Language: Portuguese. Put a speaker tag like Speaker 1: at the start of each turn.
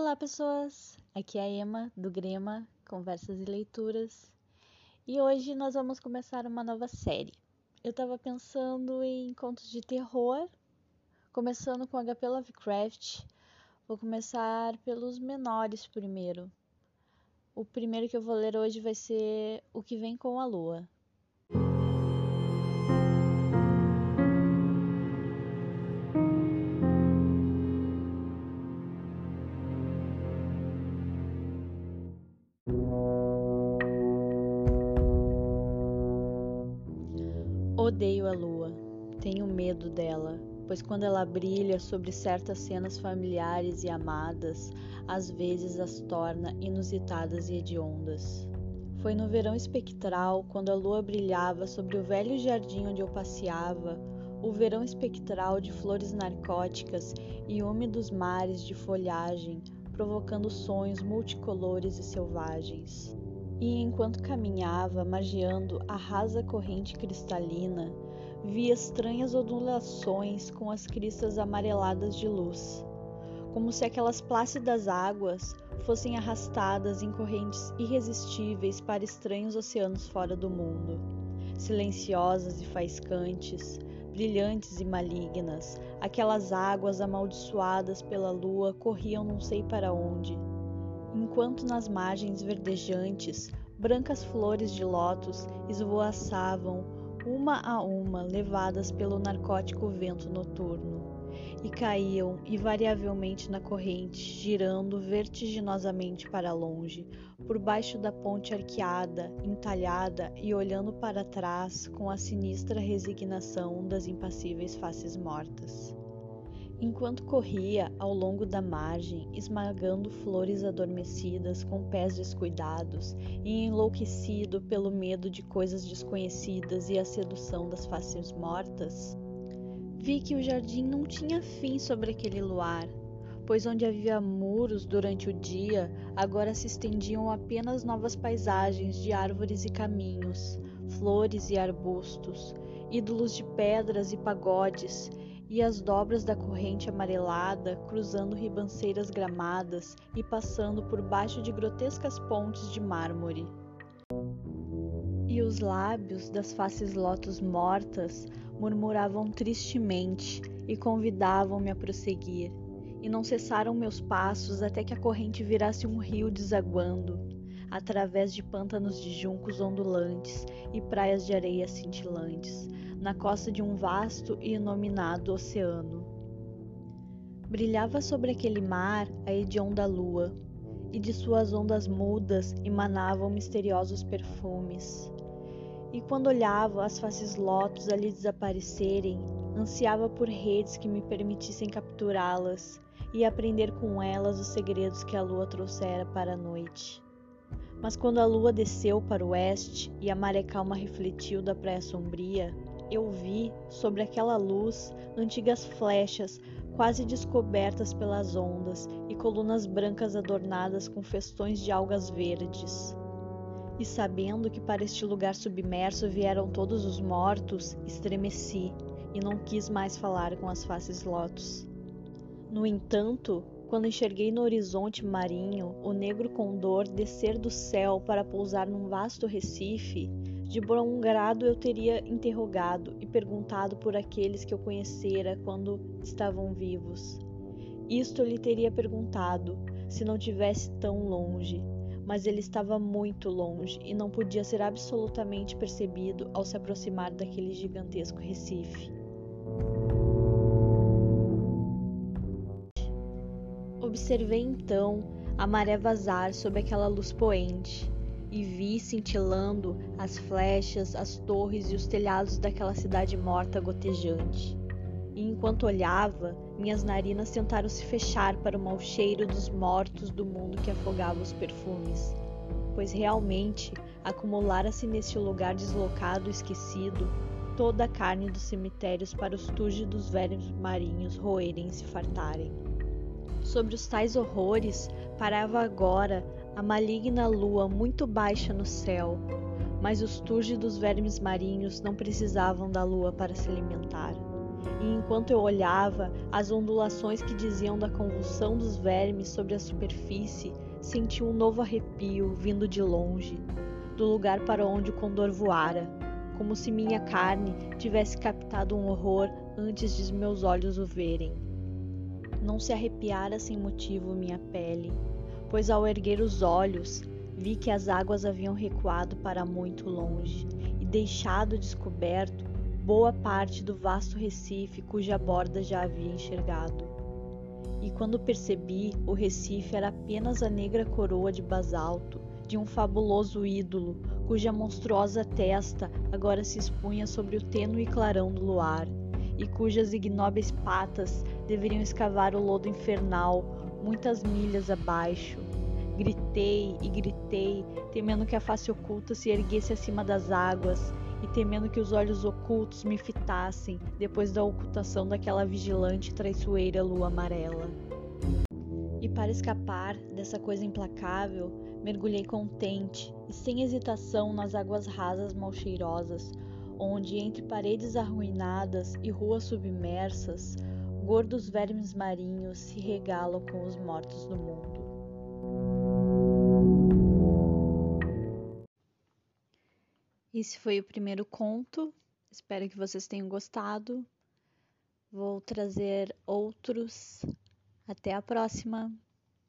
Speaker 1: Olá, pessoas! Aqui é a Emma, do Grema, Conversas e Leituras. E hoje nós vamos começar uma nova série. Eu tava pensando em contos de terror, começando com HP Lovecraft. Vou começar pelos menores primeiro. O primeiro que eu vou ler hoje vai ser O que Vem com a Lua. Odeio a lua, tenho medo dela, pois quando ela brilha sobre certas cenas familiares e amadas, às vezes as torna inusitadas e hediondas. Foi no verão espectral, quando a lua brilhava sobre o velho jardim onde eu passeava, o verão espectral de flores narcóticas e úmidos mares de folhagem, provocando sonhos multicolores e selvagens. E enquanto caminhava, margeando a rasa corrente cristalina, via estranhas ondulações com as cristas amareladas de luz, como se aquelas plácidas águas fossem arrastadas em correntes irresistíveis para estranhos oceanos fora do mundo, silenciosas e faiscantes, brilhantes e malignas. Aquelas águas amaldiçoadas pela lua corriam não sei para onde, enquanto nas margens verdejantes, brancas flores de lótus esvoaçavam, uma a uma, levadas pelo narcótico vento noturno, e caíam invariavelmente na corrente, girando vertiginosamente para longe, por baixo da ponte arqueada, entalhada e olhando para trás com a sinistra resignação das impassíveis faces mortas. Enquanto corria ao longo da margem, esmagando flores adormecidas com pés descuidados e enlouquecido pelo medo de coisas desconhecidas e a sedução das faces mortas, vi que o jardim não tinha fim sobre aquele luar, pois onde havia muros durante o dia, agora se estendiam apenas novas paisagens de árvores e caminhos, flores e arbustos, ídolos de pedras e pagodes, e as dobras da corrente amarelada cruzando ribanceiras gramadas e passando por baixo de grotescas pontes de mármore. E os lábios das faces lótus mortas murmuravam tristemente e convidavam-me a prosseguir, e não cessaram meus passos até que a corrente virasse um rio desaguando, através de pântanos de juncos ondulantes e praias de areia cintilantes, na costa de um vasto e inominado oceano. Brilhava sobre aquele mar a hedionda lua, e de suas ondas mudas emanavam misteriosos perfumes. E quando olhava as faces lótus ali desaparecerem, ansiava por redes que me permitissem capturá-las e aprender com elas os segredos que a lua trouxera para a noite. Mas quando a lua desceu para o oeste e a maré calma refletiu da praia sombria, eu vi, sobre aquela luz, antigas flechas quase descobertas pelas ondas e colunas brancas adornadas com festões de algas verdes. E sabendo que para este lugar submerso vieram todos os mortos, estremeci e não quis mais falar com as faces lótus. No entanto, quando enxerguei no horizonte marinho o negro condor descer do céu para pousar num vasto recife, de bom grado eu teria interrogado e perguntado por aqueles que eu conhecera quando estavam vivos. Isto eu lhe teria perguntado, se não tivesse tão longe, mas ele estava muito longe e não podia ser absolutamente percebido ao se aproximar daquele gigantesco recife. Observei então a maré vazar sob aquela luz poente, e vi cintilando as flechas, as torres e os telhados daquela cidade morta gotejante. E enquanto olhava, minhas narinas tentaram se fechar para o mau cheiro dos mortos do mundo que afogava os perfumes, pois realmente acumulara-se neste lugar deslocado e esquecido toda a carne dos cemitérios para os túrgidos vermes marinhos roerem e se fartarem. Sobre os tais horrores parava agora a maligna lua muito baixa no céu, mas os túrgidos vermes marinhos não precisavam da lua para se alimentar. e enquanto eu olhava, as ondulações que diziam da convulsão dos vermes sobre a superfície, senti um novo arrepio vindo de longe, do lugar para onde o condor voara, como se minha carne tivesse captado um horror antes de meus olhos o verem. Não se arrepiara sem motivo minha pele, pois ao erguer os olhos, vi que as águas haviam recuado para muito longe e deixado descoberto boa parte do vasto recife cuja borda já havia enxergado. E quando percebi, o recife era apenas a negra coroa de basalto de um fabuloso ídolo, cuja monstruosa testa agora se expunha sobre o tênue clarão do luar, e cujas ignóbeis patas deveriam escavar o lodo infernal muitas milhas abaixo. Gritei e gritei, temendo que a face oculta se erguesse acima das águas e temendo que os olhos ocultos me fitassem depois da ocultação daquela vigilante e traiçoeira lua amarela. E para escapar dessa coisa implacável, mergulhei contente e sem hesitação nas águas rasas malcheirosas, onde, entre paredes arruinadas e ruas submersas, gordos vermes marinhos se regalam com os mortos do mundo. Esse foi o primeiro conto, espero que vocês tenham gostado. Vou trazer outros. Até a próxima!